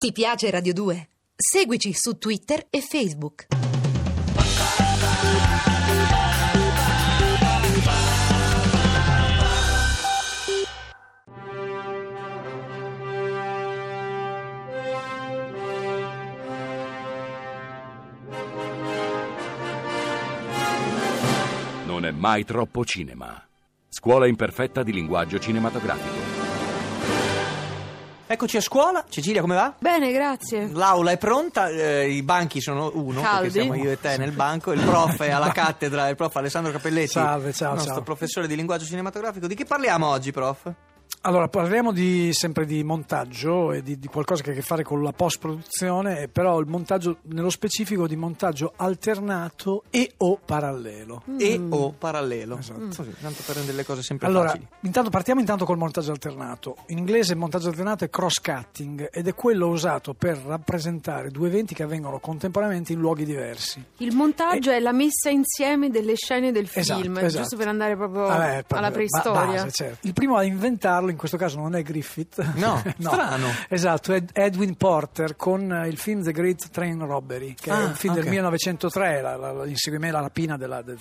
Ti piace Radio 2? Seguici su Twitter e Facebook. Non è mai troppo cinema. Scuola imperfetta di linguaggio cinematografico. Eccoci a scuola. Cecilia, come va? Bene, grazie. L'aula è pronta, i banchi sono uno, Caldi. perché siamo io e te nel banco, il prof è alla cattedra, il prof Alessandro Capelletti. Salve, ciao, il nostro ciao. professore di linguaggio cinematografico. Di che parliamo oggi, prof? Allora, parliamo sempre di montaggio e di qualcosa che ha a che fare con la post-produzione, però il montaggio, nello specifico di montaggio alternato e o parallelo. E o parallelo. Esatto. Così, tanto per rendere le cose sempre Allora, facili. partiamo col montaggio alternato. In inglese il montaggio alternato è cross-cutting ed è quello usato per rappresentare due eventi che avvengono contemporaneamente in luoghi diversi. Il montaggio è la messa insieme delle scene del film, Esatto. giusto per andare proprio Vabbè, alla preistoria. base, certo. Il primo a inventarlo in questo caso non è Griffith. No, strano. Esatto, è Edwin Porter con il film The Great Train Robbery, che è un film del 1903, l'inseguimento, la rapina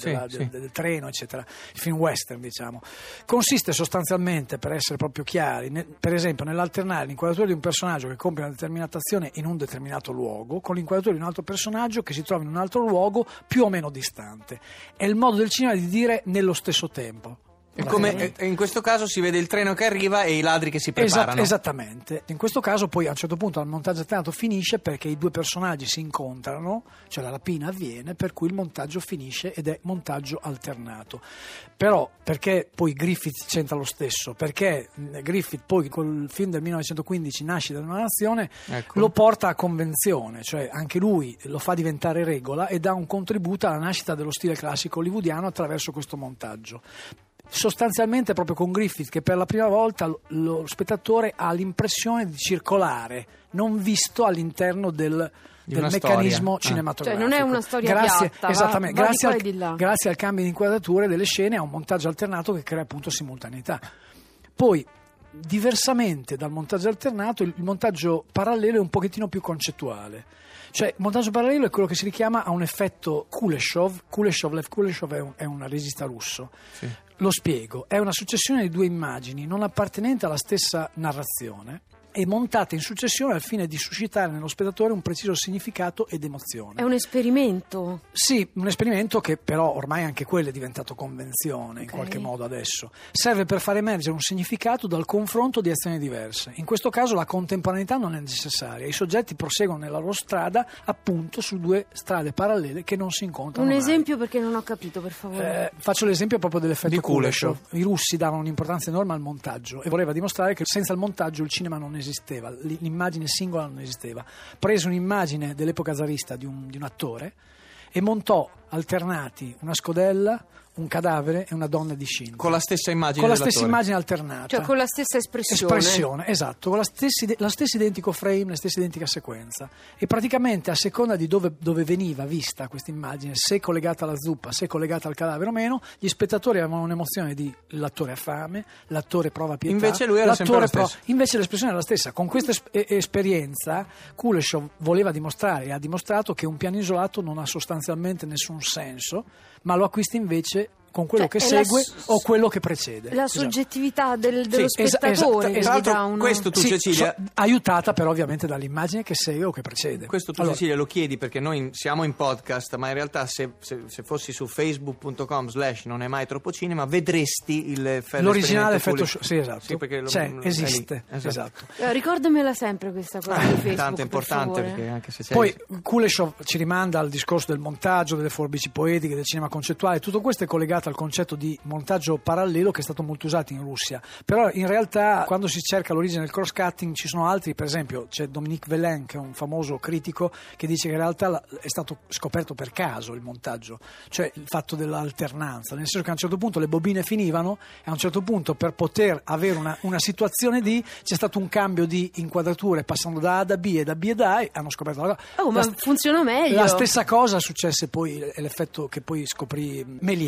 del treno, eccetera. Il film western, diciamo. Consiste sostanzialmente, per essere proprio chiari, per esempio nell'alternare l'inquadratura di un personaggio che compie una determinata azione in un determinato luogo con l'inquadratura di un altro personaggio che si trova in un altro luogo più o meno distante. È il modo del cinema di dire nello stesso tempo. E come in questo caso si vede il treno che arriva e i ladri che si preparano. Esattamente. In questo caso poi a un certo punto il montaggio alternato finisce perché i due personaggi si incontrano, cioè la rapina avviene, per cui il montaggio finisce ed è montaggio alternato. Però perché poi Griffith c'entra lo stesso? Perché Griffith poi col film del 1915 Nascita di una nazione, ecco, lo porta a convenzione, cioè anche lui lo fa diventare regola e dà un contributo alla nascita dello stile classico hollywoodiano attraverso questo montaggio. Sostanzialmente proprio con Griffith che per la prima volta lo spettatore ha l'impressione di circolare, non visto all'interno del meccanismo cinematografico. Cioè non è una storia piatta, esattamente, va grazie al cambio di inquadrature delle scene a un montaggio alternato che crea appunto simultaneità. Poi, diversamente dal montaggio alternato, il montaggio parallelo è un pochettino più concettuale. Cioè, il montaggio parallelo è quello che si richiama a un effetto Kuleshov. Lev Kuleshov è un regista russo. Sì. Lo spiego, è una successione di due immagini non appartenenti alla stessa narrazione e montate in successione al fine di suscitare nello spettatore un preciso significato ed emozione. È un esperimento? Sì, un esperimento che però ormai anche quello è diventato convenzione, in qualche modo adesso. Serve per far emergere un significato dal confronto di azioni diverse. In questo caso la contemporaneità non è necessaria, i soggetti proseguono nella loro strada appunto su due strade parallele che non si incontrano Un mai. esempio perché non ho capito, per favore. Faccio l'esempio proprio dell'effetto Di Kuleshov. I russi davano un'importanza enorme al montaggio e voleva dimostrare che senza il montaggio il cinema non esisteva, l'immagine singola non esisteva. Prese un'immagine dell'epoca zarista di un attore e montò alternati una scodella, un cadavere e una donna discinta. Con la stessa immagine Con la dell'attore. stessa immagine alternata. Cioè con la stessa espressione. Esatto, con la stessa identico frame, la stessa identica sequenza. E praticamente a seconda di dove veniva vista questa immagine, se collegata alla zuppa, se collegata al cadavere o meno, gli spettatori avevano un'emozione di l'attore ha fame, l'attore prova pietà. Invece lui era sempre lo stesso. Invece l'espressione era la stessa. Con questa esperienza Kuleshov voleva dimostrare e ha dimostrato che un piano isolato non ha sostanzialmente nessun senso, ma lo acquista invece con quello che segue o quello che precede. La soggettività dello Sì, spettatore che Tra gli dà l'altro, una... questo tu, Cecilia, aiutata però ovviamente dall'immagine che segue o che precede. questo tu, Allora, Cecilia, lo chiedi perché noi siamo in podcast, ma in realtà se fossi su facebook.com/non è mai troppo cinema vedresti l'originale effetto Kuleshov. sì, esatto. Sì, perché esiste. è lì. Esatto. Ricordamela sempre questa cosa di Facebook, Tanto è per importante favore. perché anche se Poi Kuleshov ci rimanda al discorso del montaggio, delle forbici poetiche, del cinema concettuale. Tutto questo è collegato al concetto di montaggio parallelo che è stato molto usato in Russia. Però in realtà quando si cerca l'origine del cross-cutting ci sono altri, per esempio c'è Dominique Vélin che è un famoso critico che dice che in realtà è stato scoperto per caso il montaggio, cioè il fatto dell'alternanza, nel senso che a un certo punto le bobine finivano e a un certo punto per poter avere una situazione c'è stato un cambio di inquadrature passando da A da B e da B e da A e hanno scoperto la ma funziona meglio. La stessa cosa successe poi, è l'effetto che poi scoprì Méliès, ecco.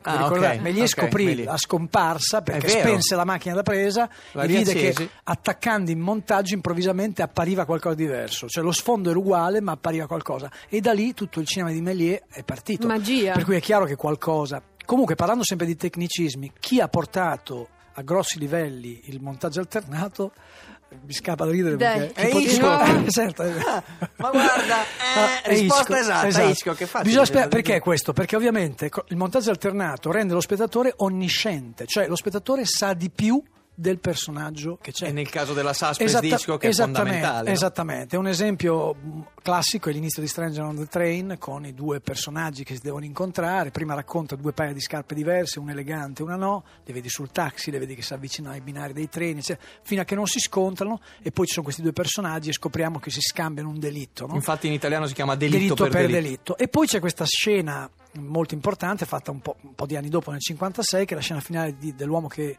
ecco, vi ricordate? Méliès scoprì Méliès. la scomparsa perché È vero. spense la macchina da presa La e vide riaccesi. che attaccando in montaggio improvvisamente appariva qualcosa di diverso, cioè lo sfondo era uguale ma appariva qualcosa, e da lì tutto il cinema di Méliès è partito. Magia. Per cui è chiaro che qualcosa. Comunque, parlando sempre di tecnicismi, chi ha portato a grossi livelli il montaggio alternato, mi scappa da ridere Dai. perché È Hitchcock. Hitchcock. Ma guarda, È risposta Hitchcock, esatta, esatto. Hitchcock, che facile. Bisogna spiegare perché è questo, perché ovviamente il montaggio alternato rende lo spettatore onnisciente, cioè lo spettatore sa di più del personaggio che c'è. E nel caso della suspense di Hitchcock è fondamentale, no? Esattamente, un esempio classico è l'inizio di Stranger on the Train, con i due personaggi che si devono incontrare. Prima racconta due paia di scarpe diverse, una elegante e una no, le vedi sul taxi, le vedi che si avvicinano ai binari dei treni, fino a che non si scontrano, e poi ci sono questi due personaggi e scopriamo che si scambiano un delitto, no? Infatti in italiano si chiama delitto per delitto. E poi c'è questa scena molto importante fatta un po' di anni dopo, nel 56, che è la scena finale dell'uomo che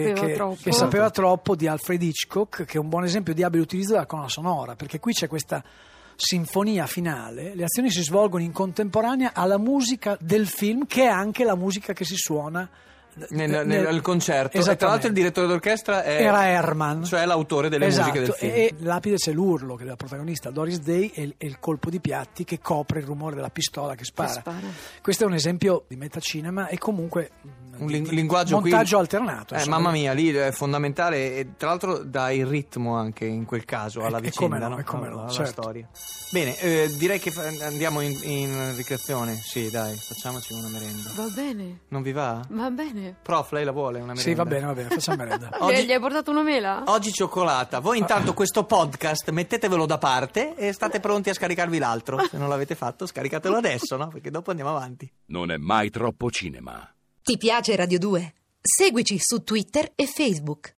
sapeva troppo, di Alfred Hitchcock, che è un buon esempio di abile utilizzo della colonna sonora, perché qui c'è questa sinfonia finale, le azioni si svolgono in contemporanea alla musica del film, che è anche la musica che si suona nel concerto. E tra l'altro il direttore d'orchestra era Herman, cioè l'autore delle musiche del film. E l'apide c'è l'urlo della protagonista Doris Day e il colpo di piatti che copre il rumore della pistola che spara. Questo è un esempio di metacinema e comunque un linguaggio montaggio qui, alternato. Mamma mia, lì è fondamentale, e tra l'altro dà il ritmo anche in quel caso alla vicenda, alla certo. storia. Bene, direi che andiamo in ricreazione. Sì, dai, facciamoci una merenda. Va bene. Non vi va? Va bene. Prof, lei la vuole una merenda? Sì, va bene, facciamo merenda. Gli hai portato una mela? Oggi cioccolata. Voi intanto questo podcast mettetevelo da parte e state pronti a scaricarvi l'altro. Se non l'avete fatto, scaricatelo adesso, no? Perché dopo andiamo avanti. Non è mai troppo cinema. Ti piace Radio 2? Seguici su Twitter e Facebook.